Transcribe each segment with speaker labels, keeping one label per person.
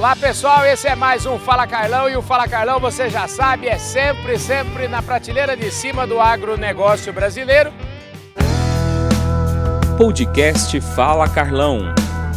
Speaker 1: Olá pessoal, esse é mais um Fala Carlão e o Fala Carlão, você já sabe, é sempre na prateleira de cima do agronegócio brasileiro.
Speaker 2: Podcast Fala Carlão.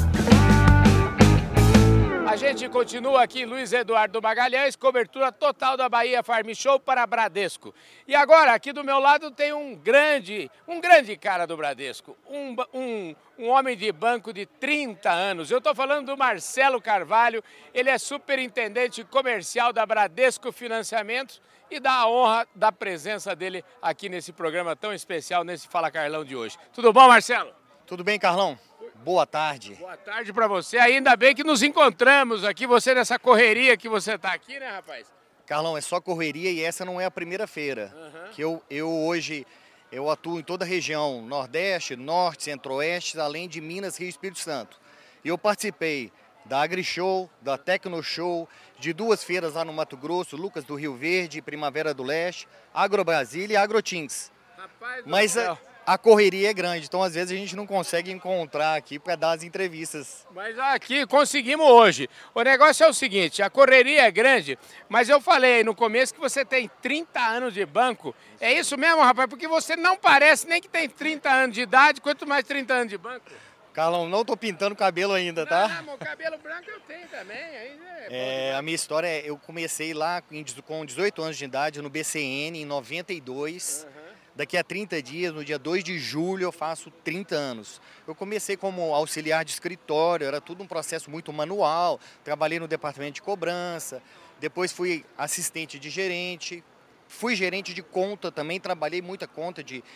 Speaker 1: A gente continua aqui, Luiz Eduardo Magalhães, cobertura total da Bahia Farm Show para Bradesco. E agora, aqui do meu lado tem um grande cara do Bradesco, um homem de banco de 30 anos. Eu estou falando do Marcelo Carvalho, ele é superintendente comercial da Bradesco Financiamentos e dá a honra da presença dele aqui nesse programa tão especial, nesse Fala Carlão de hoje. Tudo bom, Marcelo?
Speaker 3: Tudo bem, Carlão? Boa tarde.
Speaker 1: Boa tarde para você. Ainda bem que nos encontramos aqui, você nessa correria que você está aqui, né, rapaz?
Speaker 3: Carlão, é só correria e essa não é a primeira feira. Que eu hoje atuo em toda a região, Nordeste, Norte, Centro-Oeste, além de Minas, Rio e Espírito Santo. E eu participei da AgriShow, da Tecnoshow, de duas feiras lá no Mato Grosso, Lucas do Rio Verde, Primavera do Leste, AgroBrasília e AgroTins. Mas a correria é grande, então às vezes a gente não consegue encontrar aqui para dar as entrevistas.
Speaker 1: Mas aqui conseguimos hoje. O negócio é o seguinte, a correria é grande, mas eu falei no começo que você tem 30 anos de banco. É isso mesmo, rapaz? Porque você não parece nem que tem 30 anos de idade, quanto mais 30 anos de banco.
Speaker 3: Carlão, não tô pintando cabelo ainda, tá?
Speaker 1: Não, cabelo branco eu tenho também.
Speaker 3: A minha história é, eu comecei lá com 18 anos de idade no BCN em 92. Daqui a 30 dias, no dia 2 de julho, eu faço 30 anos. Eu comecei como auxiliar de escritório, era tudo um processo muito manual. Trabalhei no departamento de cobrança, depois fui assistente de gerente, fui gerente de conta também, trabalhei muita conta de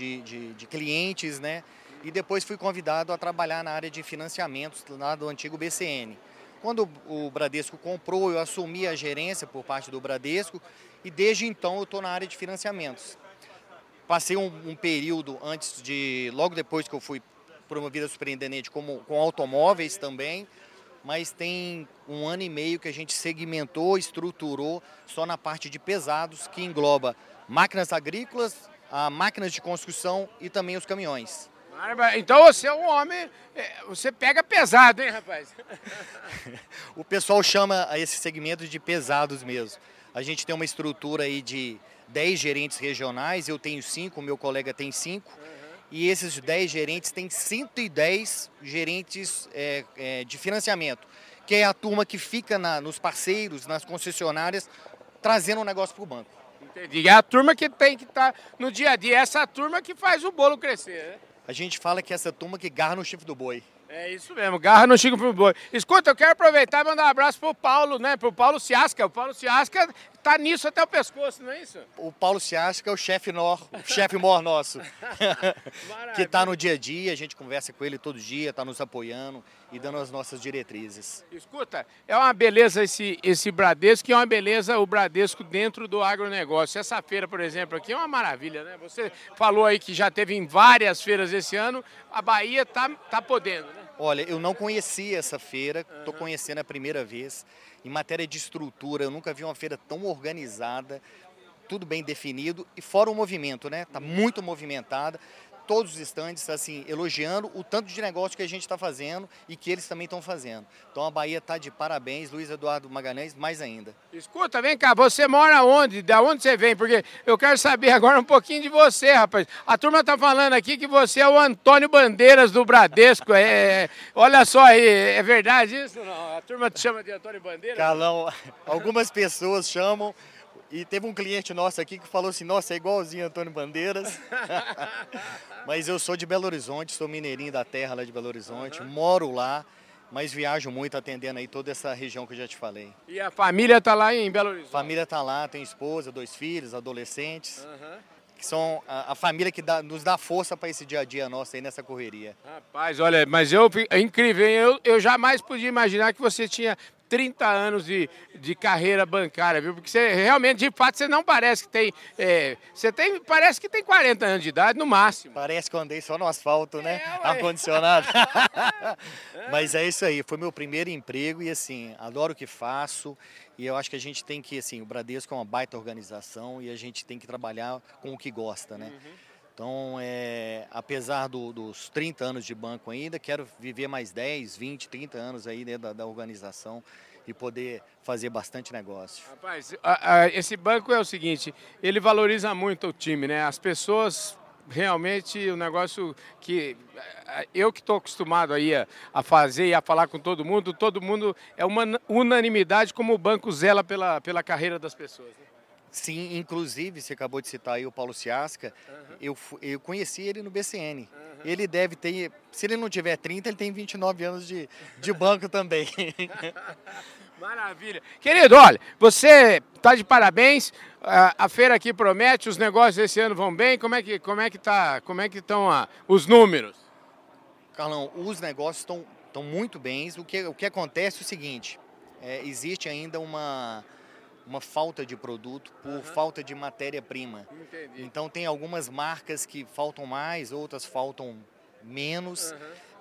Speaker 3: clientes, né? E depois fui convidado a trabalhar na área de financiamentos lá do antigo BCN. Quando o Bradesco comprou, eu assumi a gerência por parte do Bradesco e desde então eu estou na área de financiamentos. Passei um período logo depois que eu fui promovido a superintendente com automóveis também, mas tem 1 ano e meio que a gente segmentou, estruturou só na parte de pesados, que engloba máquinas agrícolas, máquinas de construção e também os caminhões.
Speaker 1: Então você é um homem, você pega pesado, hein, rapaz?
Speaker 3: O pessoal chama esse segmento de pesados mesmo. A gente tem uma estrutura aí de 10 gerentes regionais, eu tenho 5, o meu colega tem 5, e esses 10 gerentes têm 110 gerentes de financiamento, que é a turma que fica nos parceiros, nas concessionárias, trazendo o negócio para o banco.
Speaker 1: Entendi. É a turma que tem que estar no dia a dia, essa turma que faz o bolo crescer, né?
Speaker 3: A gente fala que é essa turma que garra no chifre do boi.
Speaker 1: É isso mesmo, garra no chifre do boi. Escuta, eu quero aproveitar e mandar um abraço pro Paulo, né? Pro Paulo Ciasca. O Paulo Ciasca tá nisso até o pescoço, não é isso?
Speaker 3: O Paulo Ciasca é o chefe maior nosso. Que tá no dia a dia, a gente conversa com ele todo dia, tá nos apoiando e dando as nossas diretrizes.
Speaker 1: Escuta, é uma beleza esse Bradesco, e é uma beleza o Bradesco dentro do agronegócio. Essa feira, por exemplo, aqui é uma maravilha, né? Você falou aí que já teve em várias feiras esse ano, a Bahia tá podendo, né?
Speaker 3: Olha, eu não conhecia essa feira, estou conhecendo a primeira vez. Em matéria de estrutura, eu nunca vi uma feira tão organizada, tudo bem definido e fora o movimento, né? Está muito movimentada. Todos os estandes, assim, elogiando o tanto de negócio que a gente está fazendo e que eles também estão fazendo. Então a Bahia está de parabéns, Luiz Eduardo Magalhães, mais ainda.
Speaker 1: Escuta, vem cá, você mora onde? Da onde você vem? Porque eu quero saber agora um pouquinho de você, rapaz. A turma está falando aqui que você é o Antônio Bandeiras do Bradesco. Olha só aí, é verdade isso ou não? A turma te chama de Antônio Bandeiras?
Speaker 3: Carlão, algumas pessoas chamam. E teve um cliente nosso aqui que falou assim, nossa, é igualzinho Antônio Bandeiras. Mas eu sou de Belo Horizonte, sou mineirinho da terra lá de Belo Horizonte, moro lá, mas viajo muito atendendo aí toda essa região que eu já te falei.
Speaker 1: E a família tá lá em Belo Horizonte?
Speaker 3: Família tá lá, tem esposa, 2 filhos, adolescentes. Que são a família que nos dá força para esse dia a dia nosso aí nessa correria.
Speaker 1: Rapaz, olha, mas é incrível, hein? Eu jamais podia imaginar que você tinha 30 anos de carreira bancária, viu? Porque você realmente, de fato, você não parece que tem... parece que tem 40 anos de idade, no máximo.
Speaker 3: Parece que eu andei só no asfalto, né? Ar-condicionado. Mas é isso aí, foi meu primeiro emprego e, assim, adoro o que faço. E eu acho que a gente tem que, assim, o Bradesco é uma baita organização e a gente tem que trabalhar com o que gosta, né? Então, apesar dos 30 anos de banco ainda, quero viver mais 10, 20, 30 anos aí dentro da organização e poder fazer bastante negócio.
Speaker 1: Rapaz, esse banco é o seguinte, ele valoriza muito o time, né? As pessoas, realmente, o negócio que eu que estou acostumado aí a fazer e a falar com todo mundo é uma unanimidade como o banco zela pela carreira das pessoas, né?
Speaker 3: Sim, inclusive, você acabou de citar aí o Paulo Ciasca, eu conheci ele no BCN. Ele deve ter, se ele não tiver 30, ele tem 29 anos de banco também.
Speaker 1: Maravilha. Querido, olha, você está de parabéns, a feira aqui promete, os negócios esse ano vão bem, como é que estão os números?
Speaker 3: Carlão, os negócios estão muito bens, o que acontece é o seguinte, existe ainda uma falta de produto por falta de matéria-prima. Então tem algumas marcas que faltam mais, outras faltam menos.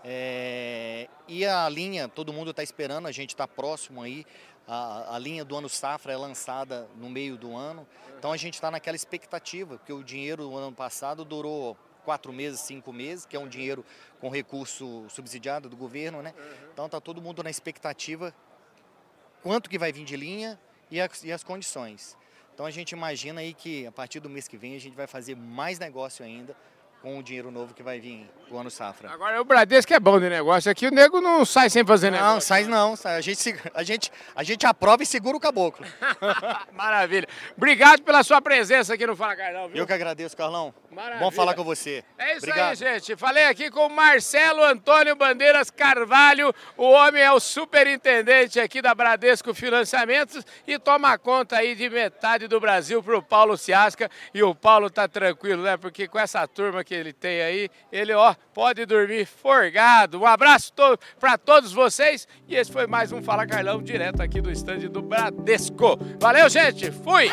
Speaker 3: E a linha, todo mundo está esperando, a gente está próximo aí. A linha do ano safra é lançada no meio do ano. Então a gente está naquela expectativa, porque o dinheiro do ano passado durou 4 meses, 5 meses, que é um dinheiro com recurso subsidiado do governo, né? Então está todo mundo na expectativa quanto que vai vir de linha e as condições. Então a gente imagina aí que a partir do mês que vem a gente vai fazer mais negócio ainda com o dinheiro novo que vai vir do ano safra.
Speaker 1: Agora o Bradesco é bom de negócio, aqui o nego não sai sem fazer negócio.
Speaker 3: Não, sai não, a gente aprova e segura o caboclo.
Speaker 1: Maravilha. Obrigado pela sua presença aqui no Fala Carlão, viu?
Speaker 3: Eu que agradeço, Carlão.
Speaker 1: Maravilha.
Speaker 3: Bom falar com você.
Speaker 1: É isso.
Speaker 3: Obrigado.
Speaker 1: Aí, gente. Falei aqui com o Marcelo Antônio Bandeiras Carvalho. O homem é o superintendente aqui da Bradesco Financiamentos e toma conta aí de metade do Brasil para o Paulo Ciasca. E o Paulo tá tranquilo, né? Porque com essa turma que ele tem aí, ele, ó, pode dormir forgado. Um abraço para todos vocês. E esse foi mais um Fala Carlão, direto aqui do estande do Bradesco. Valeu, gente. Fui!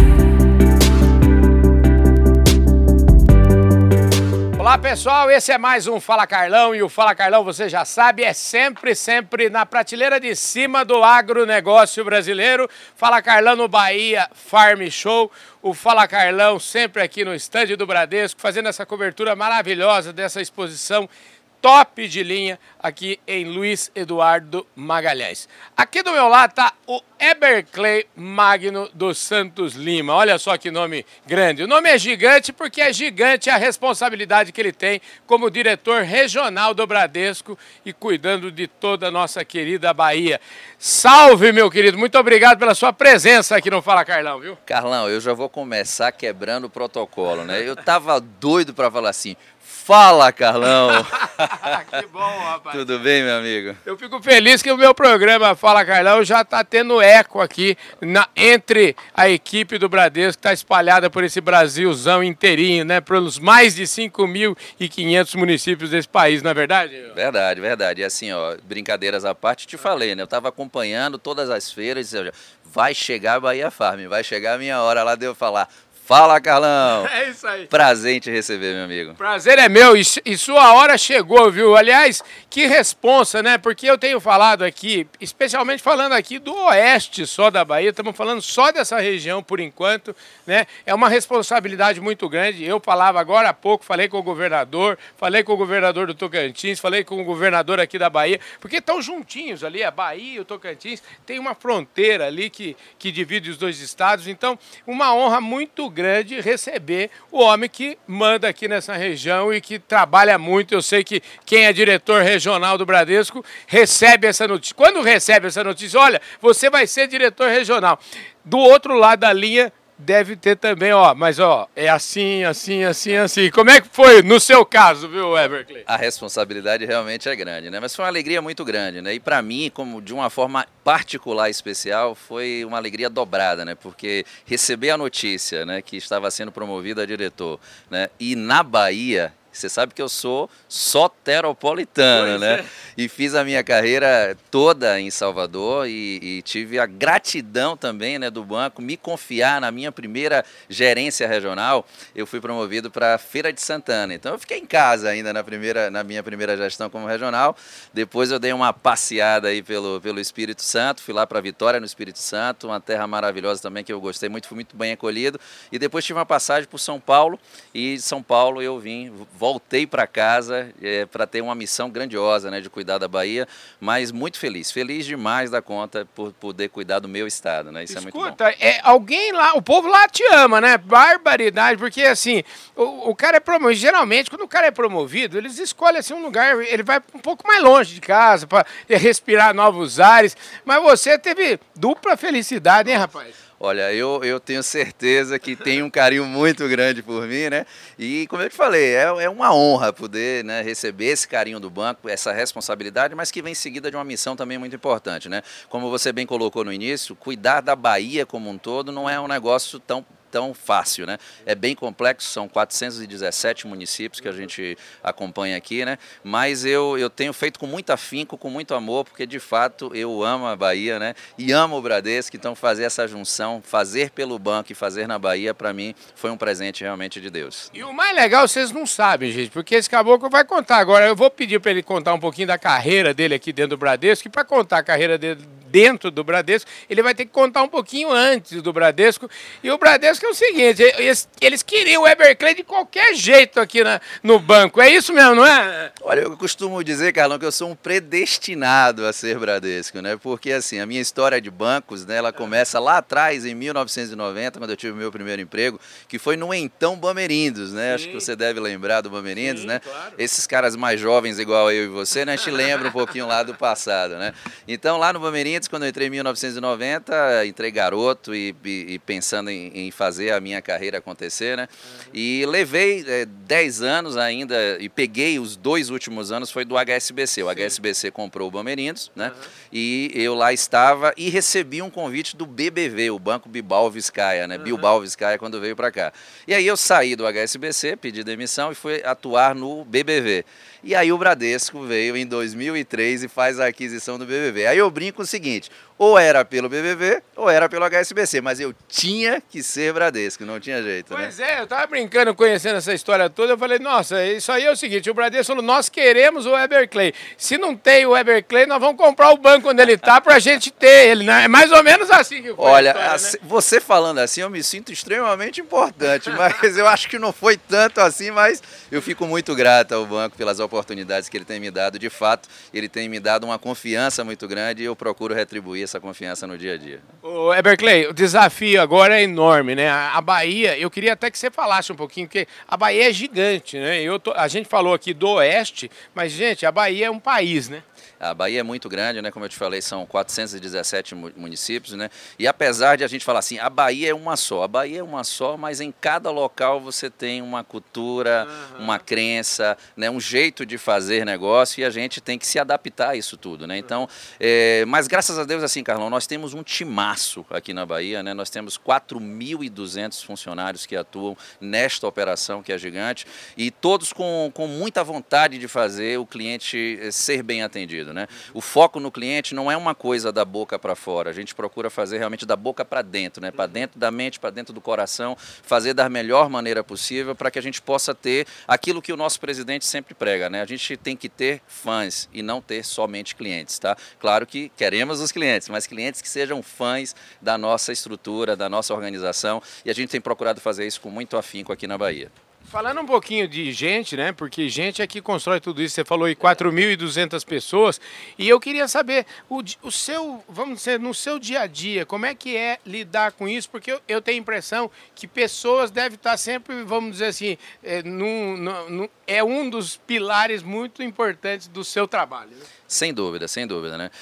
Speaker 1: Olá pessoal, esse é mais um Fala Carlão e o Fala Carlão, você já sabe, é sempre na prateleira de cima do agronegócio brasileiro. Fala Carlão no Bahia Farm Show, o Fala Carlão sempre aqui no estande do Bradesco, fazendo essa cobertura maravilhosa dessa exposição top de linha aqui em Luiz Eduardo Magalhães. Aqui do meu lado está o Everclay Magno dos Santos Lima. Olha só que nome grande. O nome é gigante porque é gigante a responsabilidade que ele tem como diretor regional do Bradesco e cuidando de toda a nossa querida Bahia. Salve, meu querido. Muito obrigado pela sua presença aqui no Fala Carlão, viu?
Speaker 4: Carlão, eu já vou começar quebrando o protocolo, né? Eu tava doido para falar assim: fala, Carlão!
Speaker 1: Que bom, rapaz.
Speaker 4: Tudo bem, meu amigo?
Speaker 1: Eu fico feliz que o meu programa Fala Carlão já está tendo eco aqui entre a equipe do Bradesco, que está espalhada por esse Brasilzão inteirinho, né? Pelos mais de 5.500 municípios desse país, não é verdade?
Speaker 4: Verdade, verdade. E assim, ó, brincadeiras à parte, te falei, né? Eu estava acompanhando todas as feiras e vai chegar a Bahia Farm, vai chegar a minha hora lá de eu falar: fala, Carlão!
Speaker 1: É isso aí.
Speaker 4: Prazer em te receber, meu amigo.
Speaker 1: Prazer é meu e sua hora chegou, viu? Aliás, que responsa, né? Porque eu tenho falado aqui, especialmente falando aqui do oeste só da Bahia, estamos falando só dessa região por enquanto, né? É uma responsabilidade muito grande. Eu falava agora há pouco, falei com o governador do Tocantins, falei com o governador aqui da Bahia, porque estão juntinhos ali, a Bahia e o Tocantins, tem uma fronteira ali que divide os dois estados, então uma honra muito grande receber o homem que manda aqui nessa região e que trabalha muito. Eu sei que quem é diretor regional do Bradesco recebe essa notícia. Quando recebe essa notícia, olha, você vai ser diretor regional. Do outro lado da linha deve ter também, ó, mas ó, é assim. Como é que foi no seu caso, viu, Everclay?
Speaker 4: A responsabilidade realmente é grande, né? Mas foi uma alegria muito grande, né? E para mim, como de uma forma particular e especial, foi uma alegria dobrada, né? Porque receber a notícia, né, que estava sendo promovido a diretor, né, e na Bahia Você sabe que eu sou soteropolitano, né?
Speaker 1: É.
Speaker 4: E fiz a minha carreira toda em Salvador e tive a gratidão também, né, do banco me confiar na minha primeira gerência regional. Eu fui promovido para Feira de Santana. Então eu fiquei em casa ainda na minha primeira gestão como regional. Depois eu dei uma passeada aí pelo Espírito Santo, fui lá para Vitória no Espírito Santo, uma terra maravilhosa também que eu gostei muito, fui muito bem acolhido. E depois tive uma passagem por São Paulo e de São Paulo eu voltei para casa para ter uma missão grandiosa, né, de cuidar da Bahia, mas muito feliz demais da conta por poder cuidar do meu estado, né? Isso é muito bom.
Speaker 1: Escuta, alguém lá, o povo lá te ama, né? Barbaridade, porque assim, o cara é promovido, geralmente quando o cara é promovido, eles escolhem assim um lugar, ele vai um pouco mais longe de casa para respirar novos ares, mas você teve dupla felicidade, hein, rapaz?
Speaker 4: Olha, eu tenho certeza que tem um carinho muito grande por mim, né? E como eu te falei, é uma honra poder, né, receber esse carinho do banco, essa responsabilidade, mas que vem seguida de uma missão também muito importante, né? Como você bem colocou no início, cuidar da Bahia como um todo não é um negócio tão fácil, né? É bem complexo, são 417 municípios que a gente acompanha aqui, né? Mas eu tenho feito com muito afinco, com muito amor, porque de fato eu amo a Bahia, né? E amo o Bradesco, então fazer essa junção, fazer pelo banco e fazer na Bahia, para mim, foi um presente realmente de Deus.
Speaker 1: E o mais legal, vocês não sabem, gente, porque esse caboclo vai contar agora. Eu vou pedir para ele contar um pouquinho da carreira dele aqui dentro do Bradesco, e para contar a carreira dele dentro do Bradesco, ele vai ter que contar um pouquinho antes do Bradesco. E o Bradesco é o seguinte, eles queriam o Everclear de qualquer jeito aqui no banco. É isso mesmo, não é?
Speaker 4: Olha, eu costumo dizer, Carlão, que eu sou um predestinado a ser Bradesco, né? Porque assim, a minha história de bancos, né, ela começa lá atrás, em 1990, quando eu tive o meu primeiro emprego, que foi no então Bamerindos, né? Sim. Acho que você deve lembrar do Bamerindos, sim, né? Claro. Esses caras mais jovens igual eu e você, né? A gente lembra um pouquinho lá do passado, né? Então, lá no Bamerindos, quando eu entrei em 1990, entrei garoto e pensando em fazer a minha carreira acontecer, né? Uhum. E levei 10 anos ainda e peguei os 2 últimos anos, foi do HSBC. O HSBC comprou o Bamerindos, né? Uhum. E eu lá estava e recebi um convite do BBV, o Banco Bilbao Vizcaya, né? Uhum. Bilbao Vizcaya, quando veio para cá. E aí eu saí do HSBC, pedi demissão e fui atuar no BBV. E aí o Bradesco veio em 2003 e faz a aquisição do BBV. Aí eu brinco o seguinte, ou era pelo BBV ou era pelo HSBC, mas eu tinha que ser Bradesco, não tinha jeito,
Speaker 1: pois
Speaker 4: né?
Speaker 1: Eu tava brincando, conhecendo essa história toda, eu falei, nossa, isso aí é o seguinte, o Bradesco falou, nós queremos o Everclear. Se não tem o Everclear, nós vamos comprar o banco onde ele tá pra gente ter ele, né? É mais ou menos assim que foi.
Speaker 4: Olha,
Speaker 1: a história, né?
Speaker 4: Você falando assim, eu me sinto extremamente importante, mas eu acho que não foi tanto assim, mas eu fico muito grato ao banco pelas oportunidades que ele tem me dado. De fato, ele tem me dado uma confiança muito grande e eu procuro retribuir essa confiança no dia a dia.
Speaker 1: Ô, Everclear, o desafio agora é enorme, né? A Bahia, eu queria até que você falasse um pouquinho, porque a Bahia é gigante, né? A gente falou aqui do Oeste, mas, gente, a Bahia é um país, né?
Speaker 4: A Bahia é muito grande, né? Como eu te falei, são 417 municípios, né? E apesar de a gente falar assim, a Bahia é uma só. A Bahia é uma só, mas em cada local você tem uma cultura, uma crença, né? Um jeito de fazer negócio e a gente tem que se adaptar a isso tudo, né? Então, mas graças a Deus, assim, Carlão, nós temos um timaço aqui na Bahia, né? Nós temos 4.200 funcionários que atuam nesta operação que é gigante e todos com muita vontade de fazer o cliente ser bem atendido, né? O foco no cliente não é uma coisa da boca para fora, a gente procura fazer realmente da boca para dentro, né? Para dentro da mente, para dentro do coração, fazer da melhor maneira possível para que a gente possa ter aquilo que o nosso presidente sempre prega, né? A gente tem que ter fãs e não ter somente clientes, tá? Claro que queremos os clientes, mas clientes que sejam fãs da nossa estrutura, da nossa organização, e a gente tem procurado fazer isso com muito afinco aqui na Bahia.
Speaker 1: Falando um pouquinho de gente, né? Porque gente é que constrói tudo isso. Você falou aí 4.200 pessoas. E eu queria saber, o seu, vamos dizer, no seu dia a dia, como é que é lidar com isso? Porque eu tenho a impressão que pessoas devem estar sempre, vamos dizer assim, é um dos pilares muito importantes do seu trabalho, né?
Speaker 4: sem dúvida, né?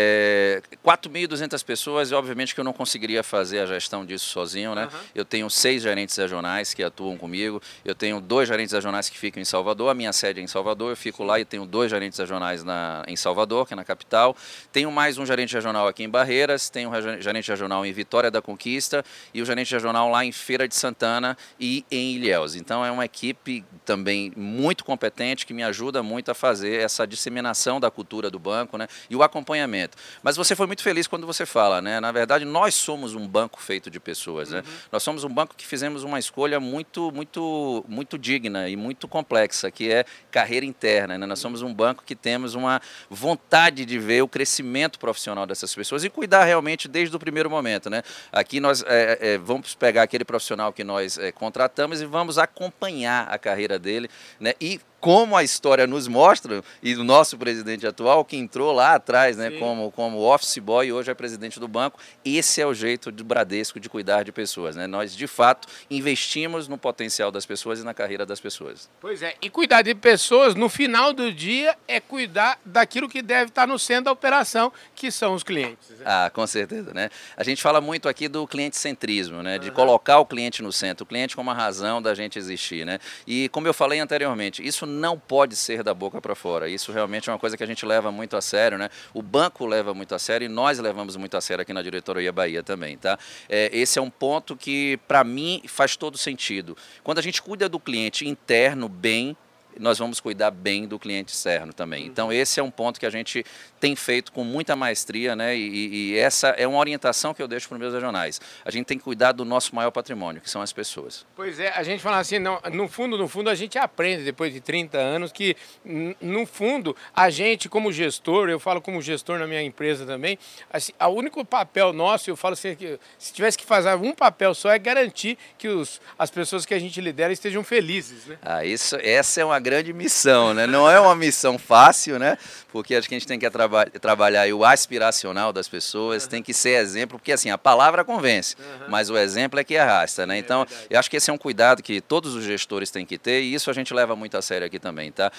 Speaker 4: 4.200 pessoas, e obviamente que eu não conseguiria fazer a gestão disso sozinho, né? Eu tenho 6 gerentes regionais que atuam comigo, eu tenho 2 gerentes regionais que ficam em Salvador, a minha sede é em Salvador, eu fico lá e tenho 2 gerentes regionais em Salvador, que é na capital, tenho mais um gerente regional aqui em Barreiras, tenho um gerente regional em Vitória da Conquista e o gerente regional lá em Feira de Santana e em Ilhéus. Então é uma equipe também muito competente que me ajuda muito a fazer essa disseminação da cultura do banco, né, e o acompanhamento. Mas você foi muito feliz quando você fala, né? Na verdade, nós somos um banco feito de pessoas, né? Nós somos um banco que fizemos uma escolha muito digna e muito complexa, que é carreira interna, né? Nós somos um banco que temos uma vontade de ver o crescimento profissional dessas pessoas e cuidar realmente desde o primeiro momento, né? Aqui nós vamos pegar aquele profissional que nós contratamos e vamos acompanhar a carreira dele, né? E como a história nos mostra, e o nosso presidente atual, que entrou lá atrás, né, como office boy e hoje é presidente do banco, esse é o jeito do Bradesco de cuidar de pessoas, né? Nós, de fato, investimos no potencial das pessoas e na carreira das pessoas.
Speaker 1: Pois é, e cuidar de pessoas, no final do dia, é cuidar daquilo que deve estar no centro da operação, que são os clientes. Né?
Speaker 4: Ah, com certeza, né? A gente fala muito aqui do cliente-centrismo, né? De colocar o cliente no centro, o cliente como a razão da gente existir, né? E como eu falei anteriormente, isso não pode ser da boca para fora. Isso realmente é uma coisa que a gente leva muito a sério, né? O banco leva muito a sério e nós levamos muito a sério aqui na Diretoria Bahia também, tá? Esse é um ponto que, para mim, faz todo sentido. Quando a gente cuida do cliente interno bem, nós vamos cuidar bem do cliente externo também. Então, esse é um ponto que a gente tem feito com muita maestria, né? E essa é uma orientação que eu deixo para os meus regionais. A gente tem que cuidar do nosso maior patrimônio, que são as pessoas.
Speaker 1: Pois é, a gente fala assim, não, no fundo, a gente aprende depois de 30 anos que, no fundo, a gente como gestor, eu falo como gestor na minha empresa também, assim, o único papel nosso, eu falo assim, que se tivesse que fazer um papel só, é garantir que as pessoas que a gente lidera estejam felizes, né?
Speaker 4: Ah, essa é uma grande missão, né? Não é uma missão fácil, né? Porque acho que a gente tem que trabalhar aí o aspiracional das pessoas, tem que ser exemplo, porque assim, a palavra convence, mas o exemplo é que arrasta, né? Então, eu acho que esse é um cuidado que todos os gestores têm que ter e isso a gente leva muito a sério aqui também, tá?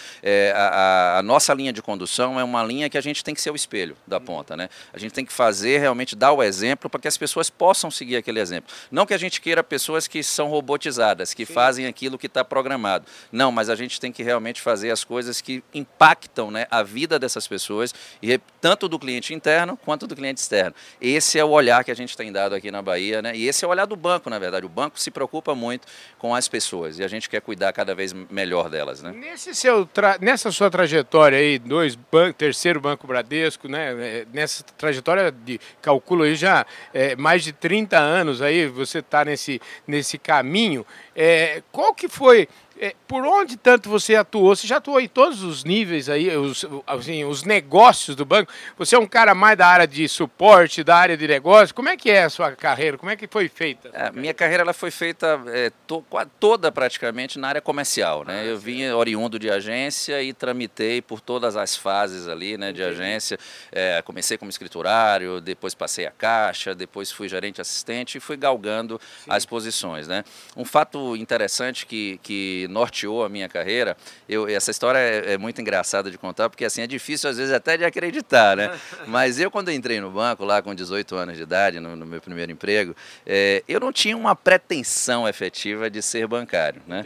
Speaker 4: A nossa linha de condução é uma linha que a gente tem que ser o espelho da ponta, né? A gente tem que fazer, realmente dar o exemplo para que as pessoas possam seguir aquele exemplo. Não que a gente queira pessoas que são robotizadas, que fazem aquilo que está programado. Não, mas a gente tem que realmente fazer as coisas que impactam, né, a vida dessas pessoas, e tanto do cliente interno quanto do cliente externo. Esse é o olhar que a gente tem dado aqui na Bahia, né, e esse é o olhar do banco, na verdade. O banco se preocupa muito com as pessoas e a gente quer cuidar cada vez melhor delas, né?
Speaker 1: Nessa sua trajetória aí, terceiro Banco Bradesco, né, nessa trajetória calculo aí já mais de 30 anos aí, você está nesse caminho, qual que foi... por onde tanto você atuou? Você já atuou em todos os níveis aí, os negócios do banco? Você é um cara mais da área de suporte, da área de negócio? Como é que é a sua carreira? Como é que foi feita?
Speaker 4: Minha carreira ela foi feita toda praticamente na área comercial, né? Eu vim oriundo de agência e tramitei por todas as fases ali, né, de agência. Comecei como escriturário, depois passei a caixa, depois fui gerente assistente e fui galgando as posições, né? Um fato interessante que norteou a minha carreira, essa história é muito engraçada de contar, porque assim, é difícil às vezes até de acreditar, né? Mas eu quando entrei no banco, lá com 18 anos de idade, no meu primeiro emprego, eu não tinha uma pretensão efetiva de ser bancário, né?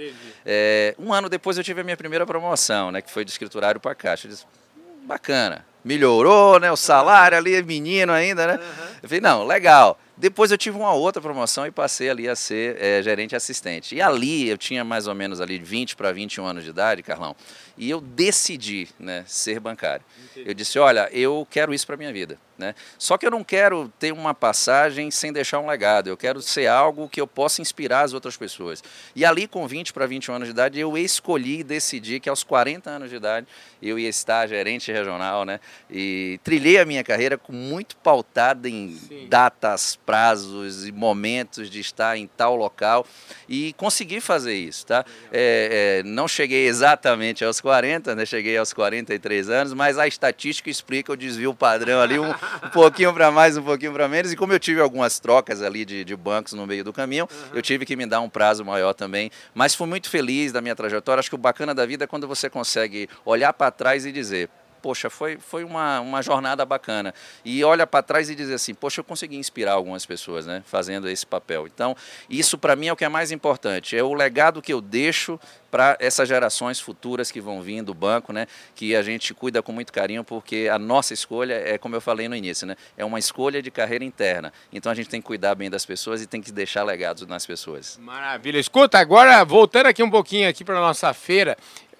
Speaker 4: Um ano depois eu tive a minha primeira promoção, né, que foi de escriturário para caixa. Eu disse, bacana, melhorou, né, o salário ali, menino ainda, né? Eu falei, não, legal. Depois eu tive uma outra promoção e passei ali a ser gerente assistente. E ali eu tinha mais ou menos ali 20 para 21 anos de idade, Carlão, e eu decidi, né, ser bancário. Entendi. Eu disse, olha, eu quero isso para a minha vida, né? Só que eu não quero ter uma passagem sem deixar um legado, eu quero ser algo que eu possa inspirar as outras pessoas. E ali com 20 para 21 anos de idade eu escolhi e decidi que aos 40 anos de idade eu ia estar gerente regional, né? E trilhei a minha carreira com muito pautada em datas, prazos e momentos de estar em tal local e consegui fazer isso, tá? Não cheguei exatamente aos 40, né? Cheguei aos 43 anos, mas a estatística explica o desvio padrão ali, um pouquinho para mais, um pouquinho para menos, e como eu tive algumas trocas ali de bancos no meio do caminho, eu tive que me dar um prazo maior também, mas fui muito feliz da minha trajetória. Acho que o bacana da vida é quando você consegue olhar para trás e dizer, poxa, foi uma jornada bacana. E olha para trás e diz assim, poxa, eu consegui inspirar algumas pessoas, né, fazendo esse papel. Então, isso para mim é o que é mais importante, é o legado que eu deixo para essas gerações futuras que vão vir do banco, né, que a gente cuida com muito carinho, porque a nossa escolha é, como eu falei no início, né, é uma escolha de carreira interna. Então a gente tem que cuidar bem das pessoas e tem que deixar legados nas pessoas.
Speaker 1: Maravilha. Escuta, agora voltando aqui um pouquinho aqui para nossa feira,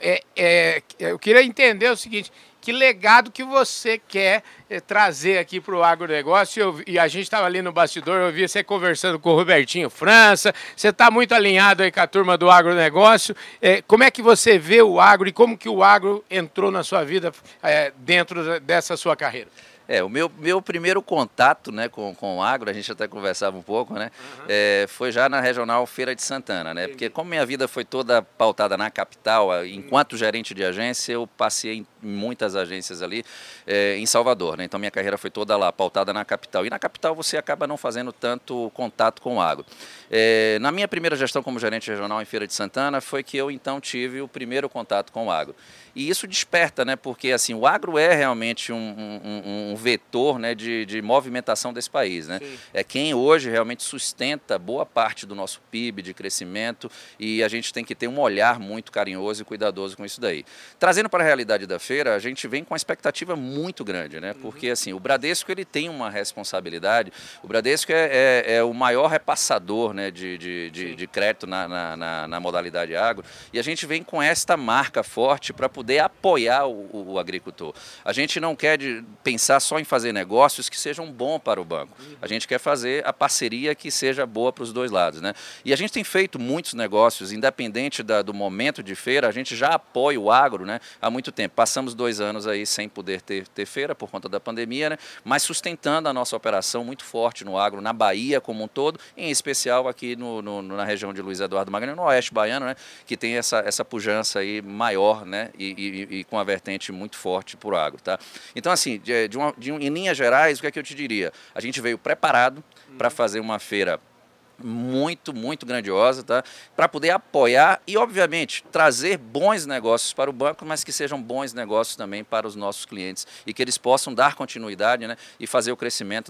Speaker 1: eu queria entender o seguinte, que legado que você quer trazer aqui para o agronegócio? E a gente estava ali no bastidor, eu vi você conversando com o Robertinho França, você está muito alinhado aí com a turma do agronegócio. Como é que você vê o agro e como que o agro entrou na sua vida dentro dessa sua carreira?
Speaker 4: O meu primeiro contato, né, com o agro, a gente até conversava um pouco, né, foi já na Regional Feira de Santana, né, porque como minha vida foi toda pautada na capital, enquanto gerente de agência, eu passei em muitas agências ali em Salvador, né, então minha carreira foi toda lá, pautada na capital, e na capital você acaba não fazendo tanto contato com o agro. Na minha primeira gestão como gerente regional em Feira de Santana, foi que eu então tive o primeiro contato com o agro. E isso desperta, né, porque assim, o agro é realmente um vetor, né, de movimentação desse país, né? Sim. É quem hoje realmente sustenta boa parte do nosso PIB, de crescimento, e a gente tem que ter um olhar muito carinhoso e cuidadoso com isso daí. Trazendo para a realidade da feira, a gente vem com uma expectativa muito grande, né? Porque assim, o Bradesco ele tem uma responsabilidade, o Bradesco é o maior repassador, né, de crédito na modalidade agro, e a gente vem com esta marca forte para poder apoiar o agricultor. A gente não quer pensar só em fazer negócios que sejam bons para o banco. A gente quer fazer a parceria que seja boa para os dois lados, né? E a gente tem feito muitos negócios, independente do momento de feira, a gente já apoia o agro, né, há muito tempo. Passamos 2 anos aí sem poder ter feira por conta da pandemia, né, mas sustentando a nossa operação muito forte no agro, na Bahia como um todo, em especial aqui na região de Luiz Eduardo Magalhães, no oeste baiano, né, que tem essa pujança aí maior, né, e com a vertente muito forte para o agro, tá? Então, assim, em linhas gerais, o que é que eu te diria? A gente veio preparado para fazer uma feira muito, muito grandiosa, tá? Para poder apoiar e, obviamente, trazer bons negócios para o banco, mas que sejam bons negócios também para os nossos clientes e que eles possam dar continuidade, né, e fazer o crescimento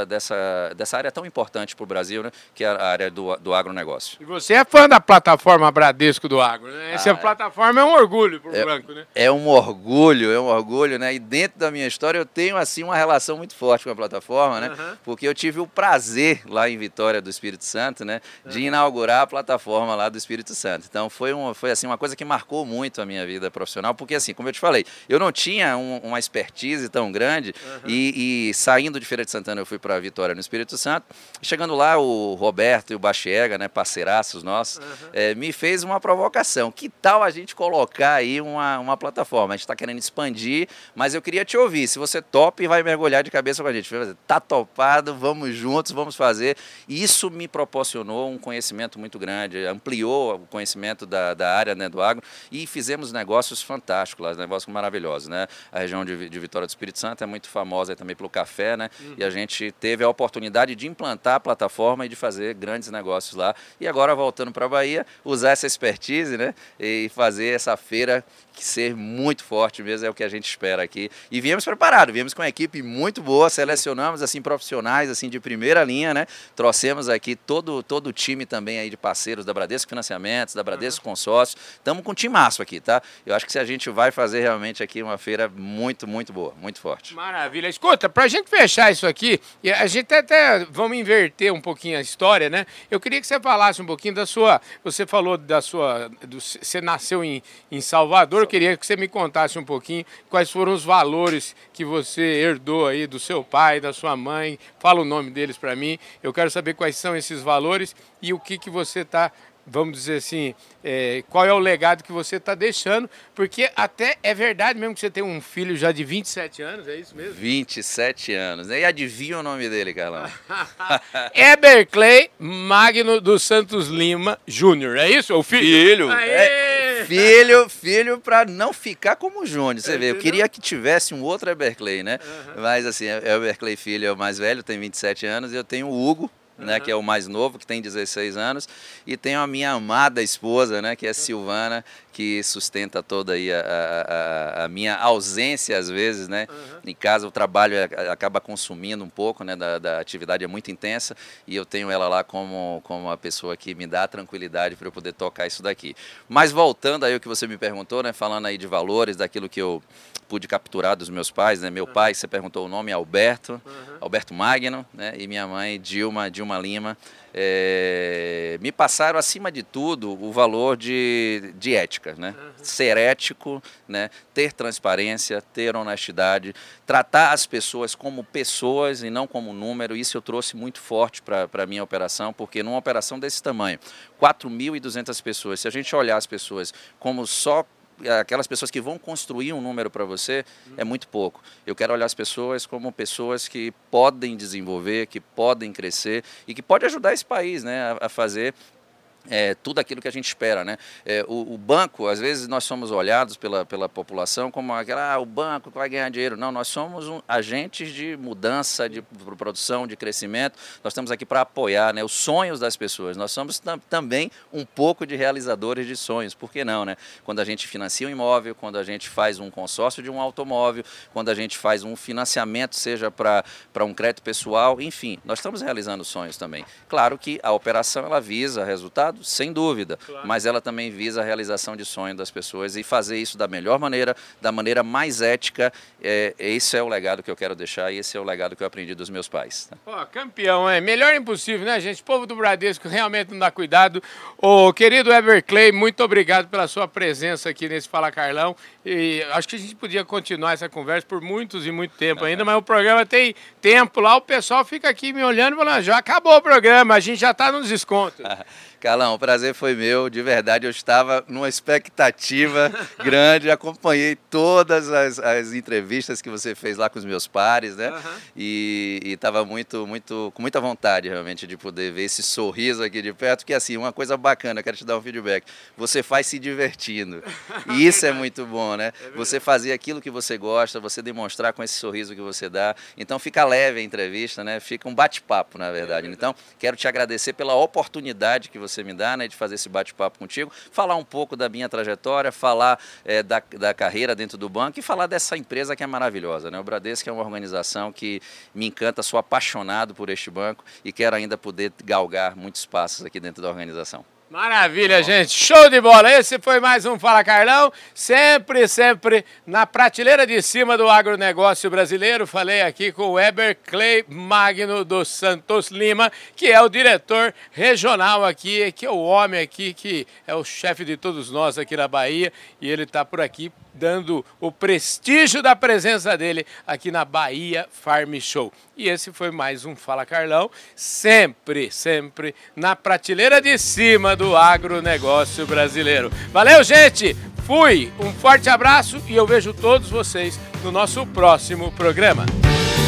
Speaker 4: dessa área tão importante para o Brasil, né, que é a área do agronegócio.
Speaker 1: E você é fã da plataforma Bradesco do agro, né? Essa plataforma é um orgulho para o banco, né?
Speaker 4: É um orgulho, né? E dentro da minha história eu tenho, assim, uma relação muito forte com a plataforma, né? Porque eu tive o prazer lá em Vitória do Espírito Santo, né, de inaugurar a plataforma lá do Espírito Santo. Então foi assim, uma coisa que marcou muito a minha vida profissional, porque assim, como eu te falei, eu não tinha uma expertise tão grande e saindo de Feira de Santana eu fui para Vitória no Espírito Santo, chegando lá o Roberto e o Bachiega, né, parceiraços nossos, me fez uma provocação. Que tal a gente colocar aí uma plataforma? A gente está querendo expandir, mas eu queria te ouvir, se você topa e vai mergulhar de cabeça com a gente. Tá topado, vamos juntos, vamos fazer. E isso me proporcionou um conhecimento muito grande, ampliou o conhecimento da área, né, do agro, e fizemos negócios fantásticos, negócios maravilhosos, né? A região de Vitória do Espírito Santo é muito famosa também pelo café, né? E a gente teve a oportunidade de implantar a plataforma e de fazer grandes negócios lá. E agora, voltando para a Bahia, usar essa expertise, né, e fazer essa feira que ser muito forte mesmo, é o que a gente espera aqui. E viemos preparados, viemos com uma equipe muito boa, selecionamos assim profissionais assim de primeira linha, né? Trouxemos aqui todo o time também aí de parceiros da Bradesco Financiamentos, da Bradesco Consórcio. Estamos com um timaço aqui, tá? Eu acho que a gente vai fazer realmente aqui uma feira muito, muito boa, muito forte.
Speaker 1: Maravilha. Escuta, para a gente fechar isso aqui, a gente até vamos inverter um pouquinho a história, né? Eu queria que você falasse um pouquinho você falou você nasceu em Salvador. Eu queria que você me contasse um pouquinho quais foram os valores que você herdou aí do seu pai, da sua mãe. Fala o nome deles para mim. Eu quero saber quais são esses valores e o que você está, vamos dizer assim, qual é o legado que você está deixando, porque até é verdade mesmo que você tem um filho já de 27 anos, é isso mesmo?
Speaker 4: 27 anos, né? E adivinha o nome dele, Carlão?
Speaker 1: Ebercley Magno dos Santos Lima Júnior, é isso? O filho?
Speaker 4: Filho para não ficar como Júnior, você vê. Eu queria que tivesse um outro Ebercley, né? Mas assim, Ebercley filho é o mais velho, tem 27 anos, e eu tenho o Hugo, né, que é o mais novo, que tem 16 anos, e tenho a minha amada esposa, né, que é Silvana, que sustenta toda aí a minha ausência às vezes, né? Em casa o trabalho acaba consumindo um pouco, né? Da atividade é muito intensa e eu tenho ela lá como uma pessoa que me dá tranquilidade para eu poder tocar isso daqui. Mas voltando aí ao que você me perguntou, né? Falando aí de valores, daquilo que eu pude capturar dos meus pais, né? Meu pai, você perguntou o nome, é Alberto, Alberto Magno, né? E minha mãe, Dilma Lima. Me passaram, acima de tudo, o valor de ética, né? Ser ético, né? Ter transparência, ter honestidade, tratar as pessoas como pessoas e não como número. Isso eu trouxe muito forte para a minha operação, porque numa operação desse tamanho, 4.200 pessoas, se a gente olhar as pessoas como só aquelas pessoas que vão construir um número para você, é muito pouco. Eu quero olhar as pessoas como pessoas que podem desenvolver, que podem crescer e que podem ajudar esse país, né, a fazer tudo aquilo que a gente espera, né? O banco, às vezes nós somos olhados pela população como aquela, o banco que vai ganhar dinheiro. Não, nós somos agentes de mudança, de produção, de crescimento. Nós estamos aqui para apoiar, né, os sonhos das pessoas. Nós somos também um pouco de realizadores de sonhos, por que não, né? Quando a gente financia um imóvel, quando a gente faz um consórcio de um automóvel, quando a gente faz um financiamento, seja para um crédito pessoal, enfim, nós estamos realizando sonhos também. Claro que a operação ela visa resultado, sem dúvida, claro, mas ela também visa a realização de sonho das pessoas e fazer isso da melhor maneira, da maneira mais ética. Esse é o legado que eu quero deixar e esse é o legado que eu aprendi dos meus pais.
Speaker 1: Ó, campeão, melhor impossível, né, gente? O povo do Bradesco realmente não dá cuidado. Ô, querido Everclay, muito obrigado pela sua presença aqui nesse Fala Carlão. E acho que a gente podia continuar essa conversa por muitos e muito tempo ainda, mas o programa tem tempo lá, o pessoal fica aqui me olhando e falando, já acabou o programa, a gente já está nos descontos.
Speaker 4: Carlão, o prazer foi meu, de verdade, eu estava numa expectativa grande, acompanhei todas as entrevistas que você fez lá com os meus pares, né? E estava com muita vontade, realmente, de poder ver esse sorriso aqui de perto, que assim, uma coisa bacana, eu quero te dar um feedback, você faz se divertindo, e isso é muito bom, né? Você fazer aquilo que você gosta, você demonstrar com esse sorriso que você dá, então fica leve a entrevista, né? Fica um bate-papo, na verdade. Então, quero te agradecer pela oportunidade que você me dá, né, de fazer esse bate-papo contigo, falar um pouco da minha trajetória, falar da carreira dentro do banco e falar dessa empresa que é maravilhosa, né? O Bradesco é uma organização que me encanta, sou apaixonado por este banco e quero ainda poder galgar muitos passos aqui dentro da organização.
Speaker 1: Maravilha, gente. Show de bola. Esse foi mais um Fala Carlão. Sempre na prateleira de cima do agronegócio brasileiro. Falei aqui com o Everclay Magno dos Santos Lima, que é o diretor regional aqui, que é o homem aqui, que é o chefe de todos nós aqui na Bahia. E ele está por aqui dando o prestígio da presença dele aqui na Bahia Farm Show. E esse foi mais um Fala Carlão, sempre na prateleira de cima do agronegócio brasileiro. Valeu, gente! Fui! Um forte abraço e eu vejo todos vocês no nosso próximo programa.